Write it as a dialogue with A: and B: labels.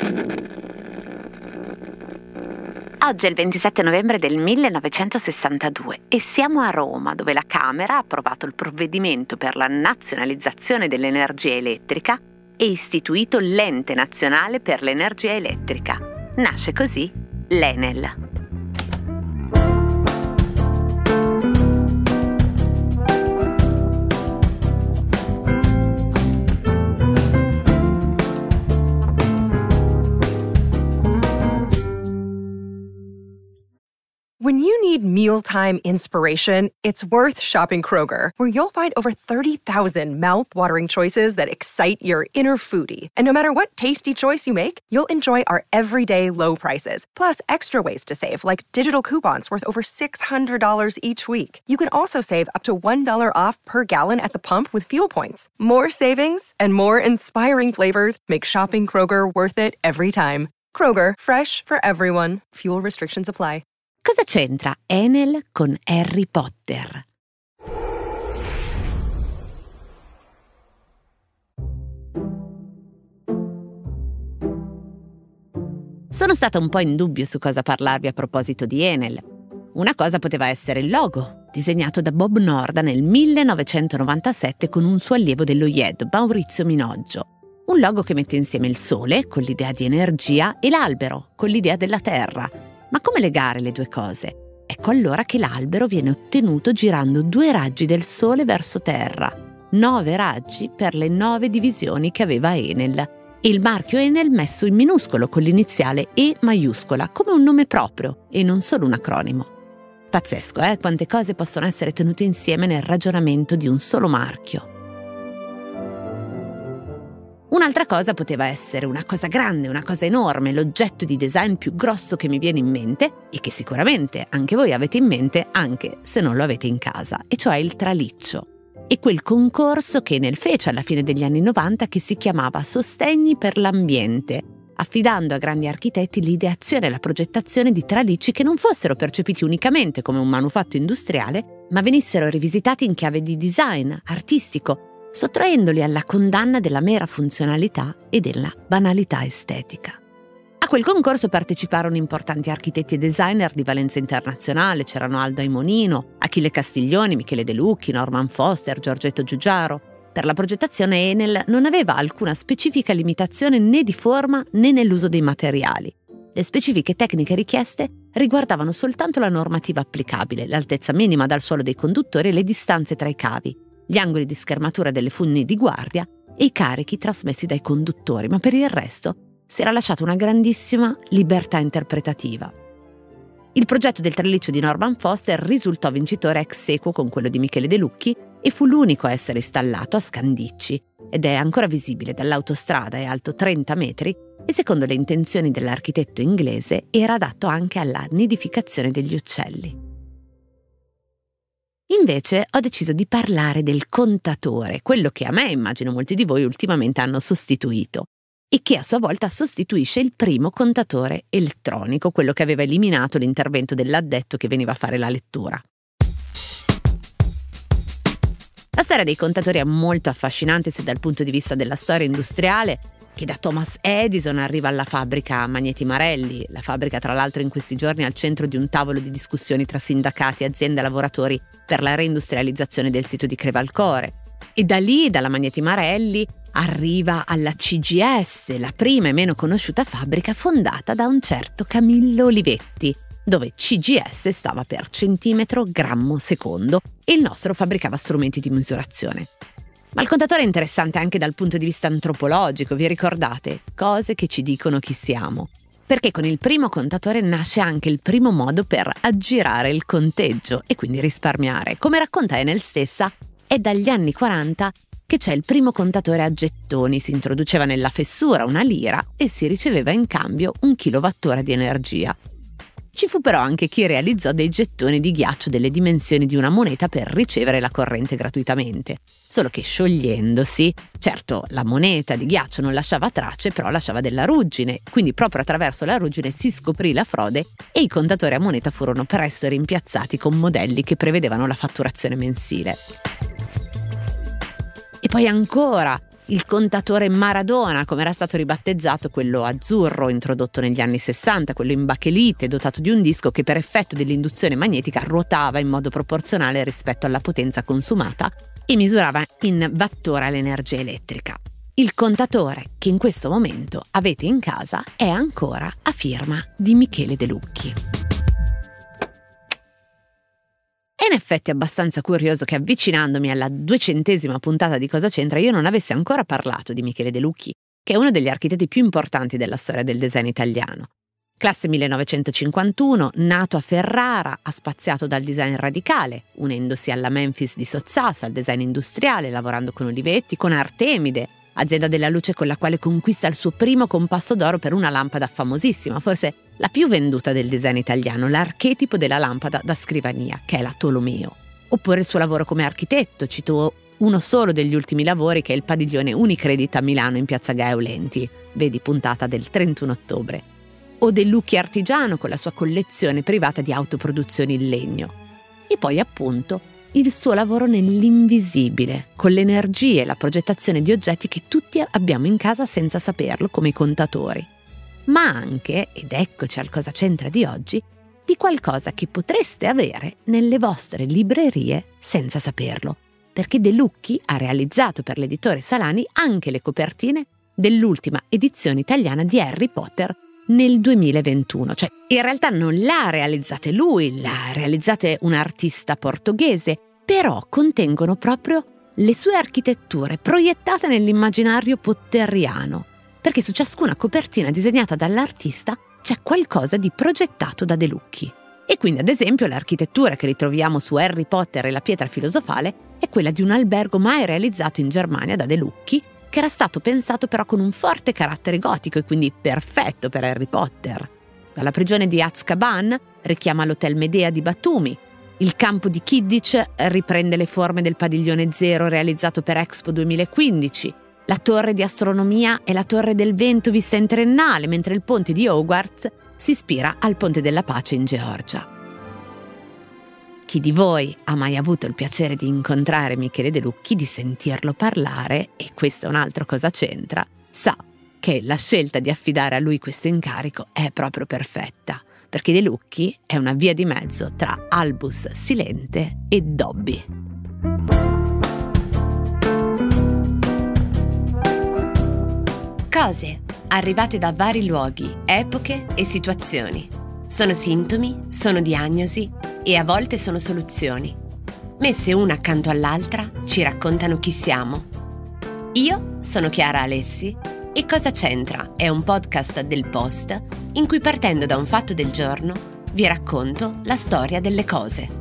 A: Oggi è il 27 novembre del 1962 e siamo a Roma, dove la Camera ha approvato il provvedimento per la nazionalizzazione dell'energia elettrica e istituito l'Ente Nazionale per l'Energia Elettrica. Nasce così l'Enel.
B: When you need mealtime inspiration, it's worth shopping Kroger, where you'll find over 30,000 mouth-watering choices that excite your inner foodie. And no matter what tasty choice you make, you'll enjoy our everyday low prices, plus extra ways to save, like digital coupons worth over $600 each week. You can also save up to $1 off per gallon at the pump with fuel points. More savings and more inspiring flavors make shopping Kroger worth it every time. Kroger, fresh for everyone. Fuel restrictions apply.
A: Cosa c'entra Enel con Harry Potter? Sono stata un po' in dubbio su cosa parlarvi a proposito di Enel. Una cosa poteva essere il logo, disegnato da Bob Norda nel 1997 con un suo allievo dello IED, Maurizio Minoggio. Un logo che mette insieme il sole, con l'idea di energia, e l'albero, con l'idea della terra. Ma come legare le due cose? Ecco allora che l'albero viene ottenuto girando 2 raggi del Sole verso Terra. 9 raggi per le 9 divisioni che aveva Enel. E il marchio Enel messo in minuscolo con l'iniziale E maiuscola, come un nome proprio e non solo un acronimo. Pazzesco, quante cose possono essere tenute insieme nel ragionamento di un solo marchio. Un'altra cosa poteva essere una cosa grande, una cosa enorme, l'oggetto di design più grosso che mi viene in mente e che sicuramente anche voi avete in mente anche se non lo avete in casa, e cioè il traliccio. E quel concorso che Enel fece alla fine degli anni 90 che si chiamava Sostegni per l'ambiente, affidando a grandi architetti l'ideazione e la progettazione di tralicci che non fossero percepiti unicamente come un manufatto industriale, ma venissero rivisitati in chiave di design artistico, sottraendoli alla condanna della mera funzionalità e della banalità estetica. A quel concorso parteciparono importanti architetti e designer di valenza internazionale, c'erano Aldo Aimonino, Achille Castiglioni, Michele De Lucchi, Norman Foster, Giorgetto Giugiaro. Per la progettazione Enel non aveva alcuna specifica limitazione né di forma né nell'uso dei materiali. Le specifiche tecniche richieste riguardavano soltanto la normativa applicabile, l'altezza minima dal suolo dei conduttori e le distanze tra i cavi, gli angoli di schermatura delle funne di guardia e i carichi trasmessi dai conduttori, ma per il resto si era lasciata una grandissima libertà interpretativa. Il progetto del traliccio di Norman Foster risultò vincitore ex aequo con quello di Michele De Lucchi e fu l'unico a essere installato a Scandicci ed è ancora visibile dall'autostrada, è alto 30 metri e secondo le intenzioni dell'architetto inglese era adatto anche alla nidificazione degli uccelli. Invece ho deciso di parlare del contatore, quello che a me, immagino molti di voi, ultimamente hanno sostituito e che a sua volta sostituisce il primo contatore elettronico, quello che aveva eliminato l'intervento dell'addetto che veniva a fare la lettura. La storia dei contatori è molto affascinante sia dal punto di vista della storia industriale, che da Thomas Edison arriva alla fabbrica Magneti Marelli, la fabbrica tra l'altro in questi giorni è al centro di un tavolo di discussioni tra sindacati, aziende e lavoratori per la reindustrializzazione del sito di Crevalcore. E da lì, dalla Magneti Marelli, arriva alla CGS, la prima e meno conosciuta fabbrica fondata da un certo Camillo Olivetti, dove CGS stava per centimetro grammo secondo e il nostro fabbricava strumenti di misurazione. Ma il contatore è interessante anche dal punto di vista antropologico, vi ricordate? Cose che ci dicono chi siamo. Perché con il primo contatore nasce anche il primo modo per aggirare il conteggio e quindi risparmiare. Come racconta Enel stessa, è dagli anni 40 che c'è il primo contatore a gettoni, si introduceva nella fessura una lira e si riceveva in cambio 1 kilowattora di energia. Ci fu però anche chi realizzò dei gettoni di ghiaccio delle dimensioni di una moneta per ricevere la corrente gratuitamente. Solo che sciogliendosi, certo la moneta di ghiaccio non lasciava tracce, però lasciava della ruggine, quindi proprio attraverso la ruggine si scoprì la frode e i contatori a moneta furono presto rimpiazzati con modelli che prevedevano la fatturazione mensile. E poi ancora, il contatore Maradona, come era stato ribattezzato quello azzurro introdotto negli anni 60, quello in bakelite, dotato di un disco che per effetto dell'induzione magnetica ruotava in modo proporzionale rispetto alla potenza consumata e misurava in wattora l'energia elettrica. Il contatore che in questo momento avete in casa è ancora a firma di Michele De Lucchi. È in effetti abbastanza curioso che, avvicinandomi alla 200ª puntata di Cosa c'entra, io non avessi ancora parlato di Michele De Lucchi, che è uno degli architetti più importanti della storia del design italiano. Classe 1951, nato a Ferrara, ha spaziato dal design radicale, unendosi alla Memphis di Sozzasa, al design industriale, lavorando con Olivetti, con Artemide, azienda della luce con la quale conquista il suo primo compasso d'oro per una lampada famosissima, forse la più venduta del design italiano, l'archetipo della lampada da scrivania, che è la Tolomeo. Oppure il suo lavoro come architetto, cito uno solo degli ultimi lavori, che è il padiglione Unicredit a Milano in piazza Gaio Lenti, vedi puntata del 31 ottobre. O De Lucchi artigiano con la sua collezione privata di autoproduzioni in legno. E poi appunto il suo lavoro nell'invisibile, con l'energia e la progettazione di oggetti che tutti abbiamo in casa senza saperlo, come i contatori. Ma anche, ed eccoci al Cosa c'entra di oggi, di qualcosa che potreste avere nelle vostre librerie senza saperlo, perché De Lucchi ha realizzato per l'editore Salani anche le copertine dell'ultima edizione italiana di Harry Potter nel 2021. Cioè, in realtà non l'ha realizzate lui, l'ha realizzate un artista portoghese, però contengono proprio le sue architetture proiettate nell'immaginario potteriano, perché su ciascuna copertina disegnata dall'artista c'è qualcosa di progettato da De Lucchi. E quindi, ad esempio, l'architettura che ritroviamo su Harry Potter e la pietra filosofale è quella di un albergo mai realizzato in Germania da De Lucchi, che era stato pensato però con un forte carattere gotico e quindi perfetto per Harry Potter. Dalla prigione di Azkaban richiama l'Hotel Medea di Batumi. Il campo di Quidditch riprende le forme del padiglione Zero realizzato per Expo 2015. La torre di astronomia è la torre del vento vista in triennale, mentre il ponte di Hogwarts si ispira al ponte della pace in Georgia. Chi di voi ha mai avuto il piacere di incontrare Michele De Lucchi, di sentirlo parlare, e questo è un altro Cosa c'entra, sa che la scelta di affidare a lui questo incarico è proprio perfetta, perché De Lucchi è una via di mezzo tra Albus Silente e Dobby. Cose arrivate da vari luoghi, epoche e situazioni. Sono sintomi, sono diagnosi e a volte sono soluzioni. Messe una accanto all'altra ci raccontano chi siamo. Io sono Chiara Alessi e Cosa c'entra è un podcast del Post in cui, partendo da un fatto del giorno, vi racconto la storia delle cose.